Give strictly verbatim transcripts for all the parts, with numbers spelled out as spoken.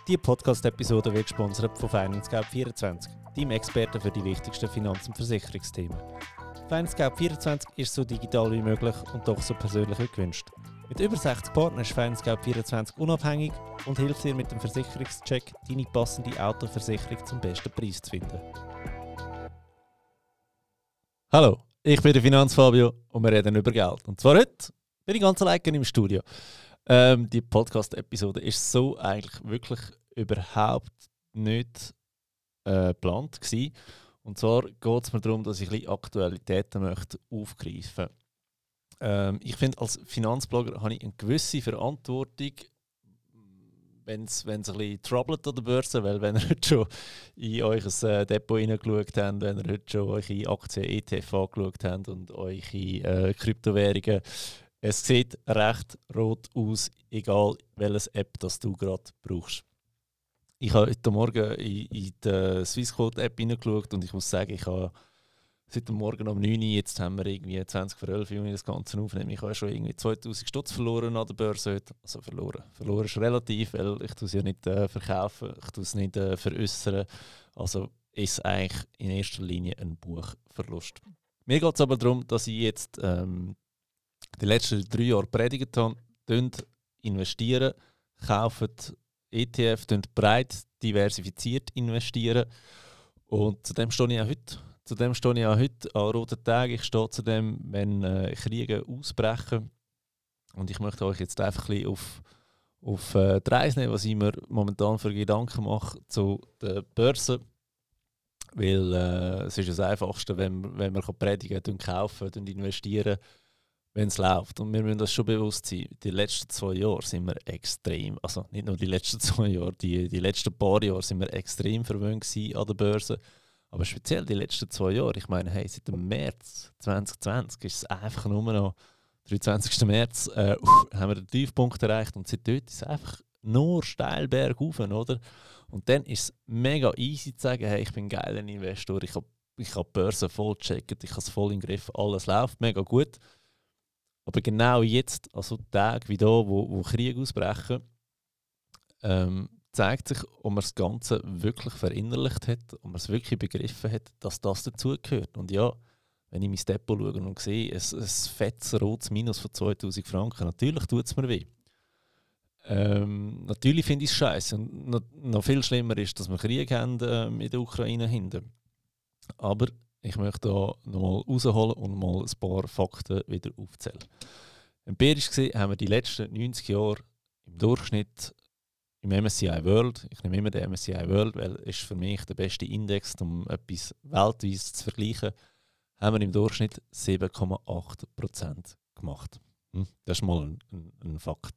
Diese Podcast-Episode wird gesponsert von FinanceScout vierundzwanzig, deinem Experten für die wichtigsten Finanz- und Versicherungsthemen. FinanceScout vierundzwanzig ist so digital wie möglich und doch so persönlich wie gewünscht. Mit über sechzig Partnern ist FinanceScout vierundzwanzig unabhängig und hilft dir mit dem Versicherungscheck, deine passende Autoversicherung zum besten Preis zu finden. Hallo, ich bin der Finanzfabio und wir reden über Geld. Und zwar heute bin ich ganz allein im Studio. Ähm, die Podcast-Episode ist so eigentlich wirklich überhaupt nicht äh, geplant gewesen. Und zwar geht es mir darum, dass ich ein bisschen Aktualitäten möchte aufgreifen möchte. Ähm, ich finde, als Finanzblogger habe ich eine gewisse Verantwortung, wenn es ein bisschen troubelt an der Börse, weil wenn ihr heute schon in euch ein Depot hineingeschaut habt, wenn ihr heute schon eure Aktien E T F angeschaut habt und eure äh, Kryptowährungen, es sieht recht rot aus, egal welches App das du gerade brauchst. Ich habe heute Morgen in, in die Swissquote-App hineingeschaut und ich muss sagen, ich habe seit dem Morgen um neun Uhr, jetzt haben wir irgendwie zwanzig vor elf Uhr das Ganze aufnehmen. Ich habe schon irgendwie zweitausend Stutz verloren an der Börse heute. Also verloren. Verloren ist relativ, weil ich es ja nicht äh, verkaufen, ich tue es nicht äh, veräußern. Also ist es eigentlich in erster Linie ein Buchverlust. Mir geht es aber darum, dass ich jetzt ähm, die letzten drei Jahre predigt habe, investieren, kaufen E T F, breit diversifiziert investieren. Und zu dem stehe ich auch heute. Zu dem stehe ich auch heute an roten Tagen. Ich stehe zu dem, wenn äh, Kriege ausbrechen. Und ich möchte euch jetzt einfach ein bisschen auf, auf äh, die Reise nehmen, was ich mir momentan für Gedanken mache zu der Börse. Weil äh, es ist das Einfachste, wenn, wenn man predigen kann, kaufen und investieren, wenn es läuft. Und wir müssen das schon bewusst sein. Die letzten zwei Jahre sind wir extrem, also nicht nur die letzten zwei Jahre, die, die letzten paar Jahre sind wir extrem verwöhnt gewesen an der Börse. Aber speziell die letzten zwei Jahre, ich meine, hey, seit dem März zwanzig zwanzig ist es einfach nur noch, dreiundzwanzigsten März, äh, uff, haben wir den Tiefpunkt erreicht und seitdem ist es einfach nur steil bergauf, oder? Und dann ist es mega easy zu sagen, hey, ich bin ein geiler Investor, ich habe ich hab die Börse voll gecheckt, ich habe es voll im Griff, alles läuft mega gut. Aber genau jetzt, also Tage wie da, wo, wo Kriege ausbrechen, ähm, zeigt sich, ob man das Ganze wirklich verinnerlicht hat, ob man es wirklich begriffen hat, dass das dazugehört. Und ja, wenn ich mein Depot schaue und sehe, ein, ein fettes rotes Minus von zweitausend Franken, natürlich tut es mir weh. Ähm, natürlich finde ich es scheiße. Und noch, noch viel schlimmer ist, dass wir Krieg haben äh, in der Ukraine hinten. Aber ich möchte da nochmal rausholen und mal ein paar Fakten wieder aufzählen. Empirisch gesehen haben wir die letzten neunzig Jahre im Durchschnitt im M S C I World, ich nehme immer den M S C I World, weil es für mich der beste Index, um etwas weltweit zu vergleichen, haben wir im Durchschnitt sieben Komma acht Prozent gemacht. Das ist mal ein, ein, ein Fakt.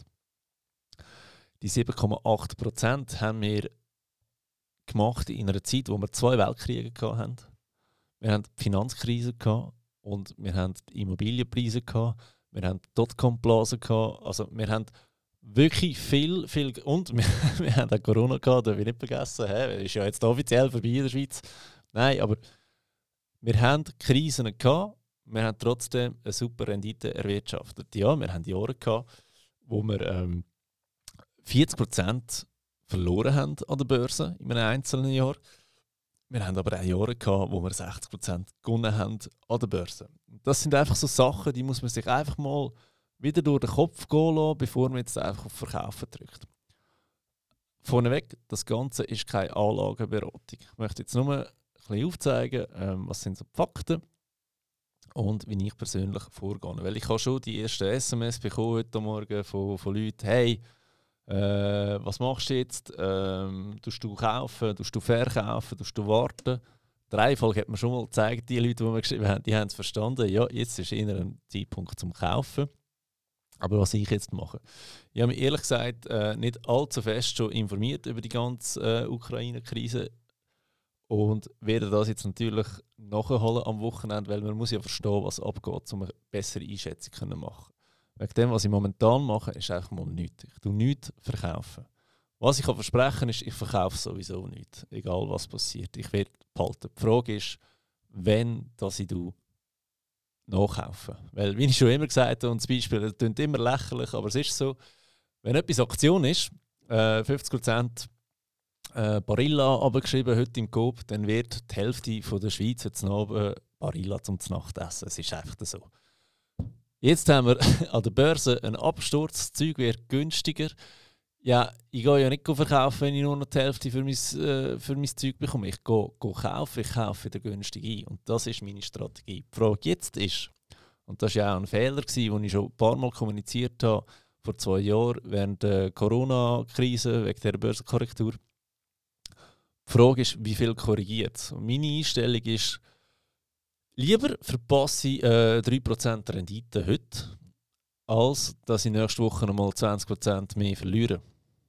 Die sieben Komma acht Prozent haben wir gemacht in einer Zeit, wo wir zwei Weltkriege hatten. Wir hatten die Finanzkrise gehabt und wir hatten die Immobilienpreise gehabt, wir hatten die Dotcom-Blase gehabt, also wir haben wirklich viel, viel und wir, wir haben auch Corona gehabt, darf ich nicht vergessen, das ist ja jetzt offiziell vorbei in der Schweiz. Nein, aber wir haben Krisen gehabt, wir haben trotzdem eine super Rendite erwirtschaftet. Ja, wir haben Jahre gehabt, wo wir ähm, vierzig Prozent verloren haben an der Börse in einem einzelnen Jahr. Wir haben aber auch Jahre gehabt, wo wir sechzig Prozent gewonnen haben an der Börse. Das sind einfach so Sachen, die muss man sich einfach mal wieder durch den Kopf gehen lassen, bevor man jetzt einfach auf Verkaufen drückt. Vorneweg, das Ganze ist keine Anlageberatung. Ich möchte jetzt nur ein bisschen aufzeigen, ähm, was sind so die Fakten und wie ich persönlich vorgehe. Weil ich habe schon die ersten S M S bekommen heute Morgen von, von Leuten, hey, Äh, was machst du jetzt? Ähm, tust du kaufen, tust du verkaufen, tust du warten? Die Reihenfolge hat man schon mal gezeigt, die Leute, die wir geschrieben haben, die haben es verstanden. Ja, jetzt ist eher ein Zeitpunkt zum Kaufen. Aber was ich jetzt mache? Ich habe mich ehrlich gesagt äh, nicht allzu fest schon informiert über die ganze äh, Ukraine-Krise und werde das jetzt natürlich nachholen am Wochenende, weil man muss ja verstehen, was abgeht, um eine bessere Einschätzung zu machen. Wegen dem, was ich momentan mache, ist einfach mal nichts. Ich tue nichts verkaufen. Was ich kann versprechen ist, ich verkaufe sowieso nichts. Egal was passiert. Ich werde behalten. Die Frage ist, wenn dass ich nachkaufe. Weil, wie ich schon immer gesagt habe, und das Beispiel, das klingt immer lächerlich, aber es ist so, wenn etwas Aktion ist, äh, fünfzig Prozent äh, Barilla abgeschrieben heute im Coop, dann wird die Hälfte von der Schweiz jetzt noch äh, Barilla zum Nachtessen. Es ist einfach so. Jetzt haben wir an der Börse einen Absturz, das Zeug wird günstiger. Ja, ich gehe ja nicht verkaufen, wenn ich nur noch die Hälfte für mein, äh, für mein Zeug bekomme. Ich gehe, gehe kaufen, ich kaufe wieder günstig ein. Und das ist meine Strategie. Die Frage jetzt ist, und das war ja auch ein Fehler, den ich schon ein paar Mal kommuniziert habe, vor zwei Jahren, während der Corona-Krise, wegen dieser Börsenkorrektur. Die Frage ist, wie viel korrigiert es? Meine Einstellung ist, lieber verpasse ich äh, drei Prozent Rendite heute, als dass ich nächste Woche nochmal zwanzig Prozent mehr verliere.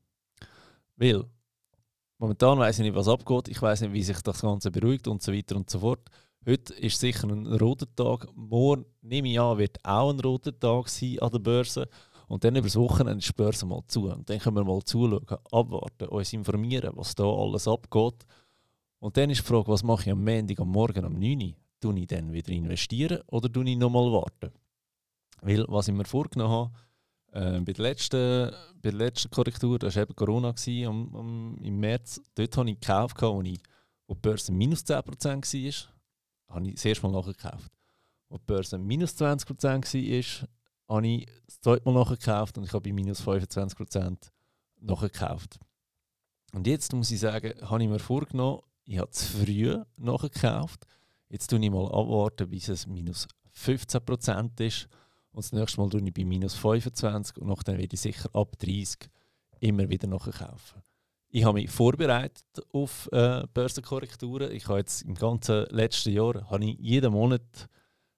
Weil momentan weiss ich nicht, was abgeht, ich weiss nicht, wie sich das Ganze beruhigt und so weiter und so fort. Heute ist sicher ein roter Tag, morgen, nehme ich an, wird auch ein roter Tag sein an der Börse. Und dann über das Wochenende ist die Börse mal zu. Und dann können wir mal zuschauen, abwarten, uns informieren, was da alles abgeht. Und dann ist die Frage, was mache ich am Montag, am Morgen, am neun Uhr? Tue ich dann wieder investieren oder tue ich nochmal warten? Weil, was ich mir vorgenommen habe, äh, bei, der letzten, bei der letzten Korrektur, das war eben Corona gewesen, um, um, im März, dort habe ich gekauft, wo, ich, wo die Börse minus zehn Prozent war, habe ich das erste Mal nachgekauft. Wo die Börse minus zwanzig Prozent war, habe ich das zweite Mal nachgekauft und ich habe bei minus fünfundzwanzig Prozent nachgekauft. Und jetzt muss ich sagen, habe ich mir vorgenommen, ich habe zu früh nachgekauft. Jetzt tue ich mal abwarten, bis es minus fünfzehn Prozent ist. Und das nächste Mal tue ich bei minus fünfundzwanzig und nachher werde ich sicher ab dreißig immer wieder nachkaufen. Ich habe mich vorbereitet auf äh, Börsenkorrekturen. Ich habe jetzt im ganzen letzten Jahr habe ich jeden Monat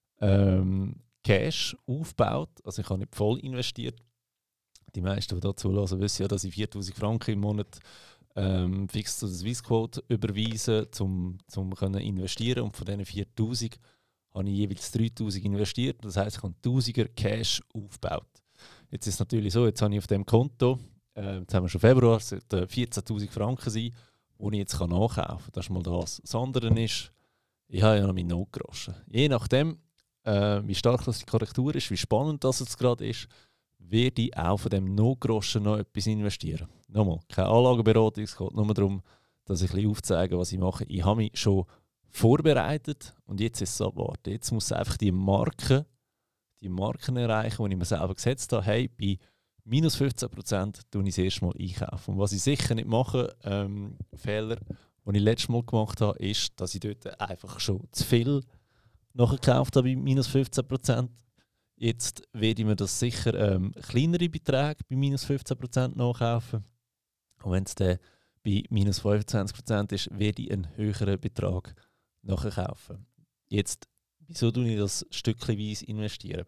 ähm, Cash aufgebaut. Also ich habe nicht voll investiert. Die meisten, die da zulassen, wissen ja, dass ich viertausend Franken im Monat ähm, fix zu der Swissquote überweise, um zum können investieren. Und von diesen viertausend habe ich jeweils dreitausend investiert. Das heisst, ich habe tausiger Cash aufgebaut. Jetzt ist es natürlich so, jetzt habe ich auf dem Konto, äh, jetzt haben wir schon Februar, es sollten vierzehntausend Franken sein, die ich jetzt nachkaufen kann. Das ist mal das. Das andere ist, ich habe ja noch meine Notgroschen. Je nachdem, äh, wie stark das die Korrektur ist, wie spannend das jetzt gerade ist, werde ich auch von dem Notgroschen noch etwas investieren. Nochmal, keine Anlageberatung, es geht nur darum, dass ich ein bisschen aufzeige, was ich mache. Ich habe mich schon vorbereitet und jetzt ist es abwarten. Jetzt muss es einfach die Marken, die Marken erreichen, die ich mir selber gesetzt habe. Hey, bei minus fünfzehn Prozent tue ich das erste Mal einkaufen. Und was ich sicher nicht mache, ähm, Fehler, den ich letztes Mal gemacht habe, ist, dass ich dort einfach schon zu viel nachgekauft habe bei minus fünfzehn Prozent. Jetzt werde ich mir das sicher ähm, kleinere Beträge bei minus fünfzehn Prozent nachkaufen. Und wenn es dann bei minus fünfundzwanzig Prozent ist, werde ich einen höheren Betrag nachkaufen. Jetzt, wieso tue ich das stückchenweise investieren?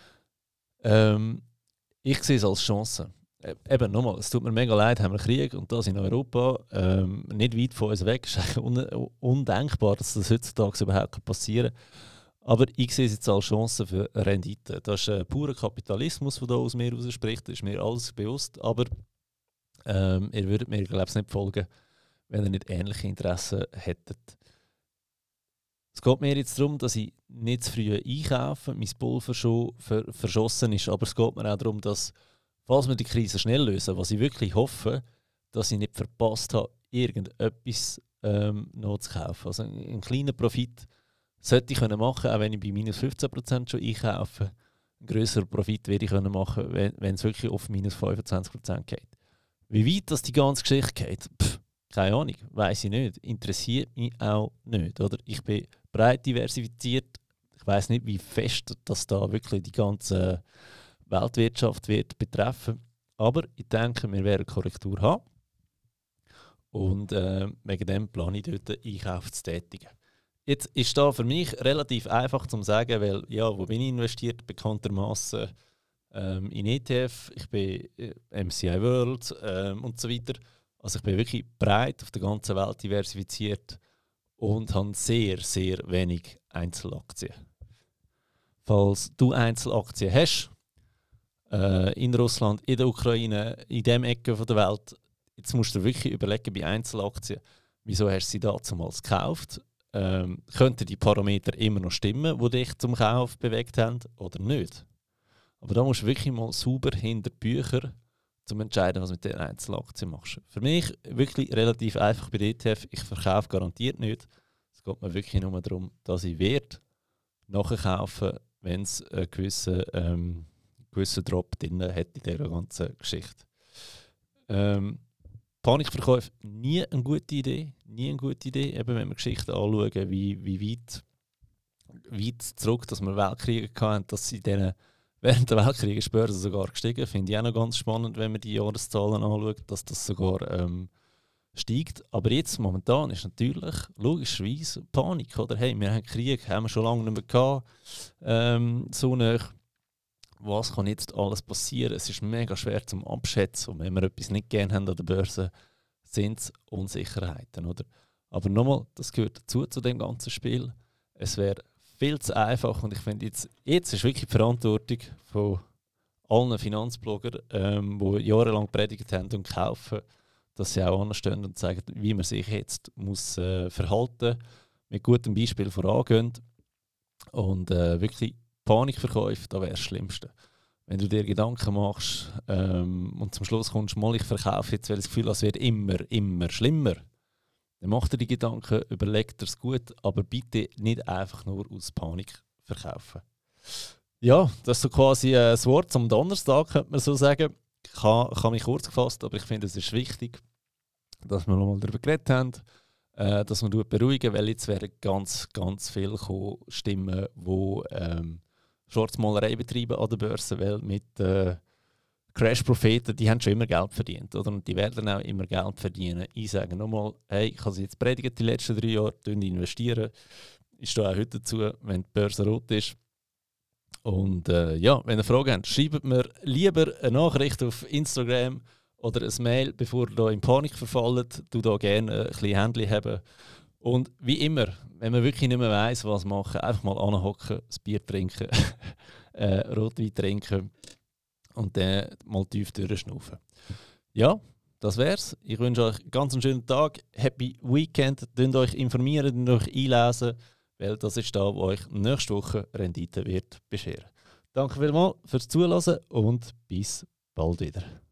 Ähm, ich sehe es als Chance. Äh, eben, nochmal, es tut mir mega leid, haben wir Krieg und das in Europa, ähm, nicht weit von uns weg. Es ist eigentlich un- undenkbar, dass das heutzutage überhaupt passieren kann. Aber ich sehe es jetzt als Chance für Rendite. Das ist äh, purer Kapitalismus, der da aus mir heraus spricht, das ist mir alles bewusst. Aber ähm, ihr würdet mir, glaube ich, nicht folgen, wenn ihr nicht ähnliche Interessen hättet. Es geht mir jetzt darum, dass ich nicht zu früh einkaufe, mein Pulver schon ver- verschossen ist. Aber es geht mir auch darum, dass, falls wir die Krise schnell lösen, was ich wirklich hoffe, dass ich nicht verpasst habe, irgendetwas ähm, noch zu kaufen. Also einen, einen kleinen Profit sollte ich können machen, auch wenn ich bei minus fünfzehn Prozent schon einkaufe. Einen grösseren Profit werde ich können machen, wenn, wenn es wirklich auf minus fünfundzwanzig Prozent geht. Wie weit das die ganze Geschichte geht, pff, keine Ahnung, weiss ich nicht. Interessiert mich auch nicht. Oder? Ich bin breit diversifiziert. Ich weiss nicht, wie fest das da wirklich die ganze Weltwirtschaft wird betreffen. Aber ich denke, wir werden eine Korrektur haben. Und äh, wegen dem plane ich dort Einkauf zu tätigen. Jetzt ist da für mich relativ einfach zu sagen, weil, ja, wo bin ich investiert? Bekanntermaßen ähm, in E T F, ich bin äh, M S C I World ähm, und so weiter. Also ich bin wirklich breit auf der ganzen Welt diversifiziert und habe sehr, sehr wenig Einzelaktien. Falls du Einzelaktien hast, äh, in Russland, in der Ukraine, in dieser Ecke der Welt, jetzt musst du dir wirklich überlegen bei Einzelaktien, wieso hast du sie damals gekauft? Ähm, könnten die Parameter immer noch stimmen, die dich zum Kauf bewegt haben, oder nicht? Aber da musst du wirklich mal sauber hinter die Bücher zum entscheiden, was du mit den Einzelaktien machst. Für mich wirklich relativ einfach bei E T F. Ich verkaufe garantiert nicht. Es geht mir wirklich nur darum, dass ich Wert nachkaufen, wenn es einen gewissen, ähm, gewissen Drop drin hat in dieser ganzen Geschichte. Ähm, Panikverkäufe, nie eine gute Idee. Nie eine gute Idee, eben wenn wir Geschichten anschauen, wie, wie weit, weit zurück, dass wir Weltkriege hatten, dass sie denen während der Weltkriege ist die Börse sogar gestiegen. Finde ich auch noch ganz spannend, wenn man die Jahreszahlen anschaut, dass das sogar ähm, steigt. Aber jetzt momentan ist natürlich logischerweise Panik. Oder? Hey, wir haben Krieg, haben wir schon lange nicht mehr gehabt. Ähm, so nah. Was kann jetzt alles passieren? Es ist mega schwer zum Abschätzen. Und wenn wir etwas nicht gerne haben an der Börse, sind es Unsicherheiten. Oder? Aber nochmal, das gehört dazu zu dem ganzen Spiel. Es wäre viel zu einfach und ich finde, jetzt, jetzt ist wirklich die Verantwortung von allen Finanzbloggern, ähm, die jahrelang predigt haben und kaufen, dass sie auch anstehen und sagen, wie man sich jetzt muss äh, verhalten, mit gutem Beispiel vorangehen und äh, wirklich Panikverkäufe, das wäre das Schlimmste. Wenn du dir Gedanken machst ähm, und zum Schluss kommst, mal ich verkaufe jetzt, weil ich das Gefühl habe, es wird immer, immer schlimmer, dann macht dir die Gedanken, überlegt es gut, aber bitte nicht einfach nur aus Panik verkaufen. Ja, das ist so quasi äh, das Wort zum Donnerstag, könnte man so sagen. Ich habe, ich habe mich kurz gefasst, aber ich finde, es ist wichtig, dass wir nochmal darüber geredet haben, äh, dass man beruhigen, weil jetzt werden ganz, ganz viele Stimmen, die ähm, Schwarzmalerei betreiben an der Börse, weil mit äh, Crash-Propheten, die haben schon immer Geld verdient, oder? Und die werden auch immer Geld verdienen. Ich sage nochmal, hey, ich habe sie jetzt predigt die letzten drei Jahre, investieren. Ich stehe auch heute dazu, wenn die Börse rot ist. Und äh, ja, wenn ihr Fragen habt, schreibt mir lieber eine Nachricht auf Instagram oder ein Mail, bevor ihr da in Panik verfallt. Du da gerne ein bisschen Händchen haben. Und wie immer, wenn man wirklich nicht mehr weiss, was machen, einfach mal anhocken, ein Bier trinken, äh, Rotwein trinken und dann mal tief durchschnaufen. Ja, das wär's. Ich wünsche euch einen ganz schönen Tag, Happy Weekend, könnt euch informieren, könnt euch einlesen, weil das ist da, wo euch nächste Woche Rendite wird bescheren. Danke vielmals fürs Zuhören und bis bald wieder.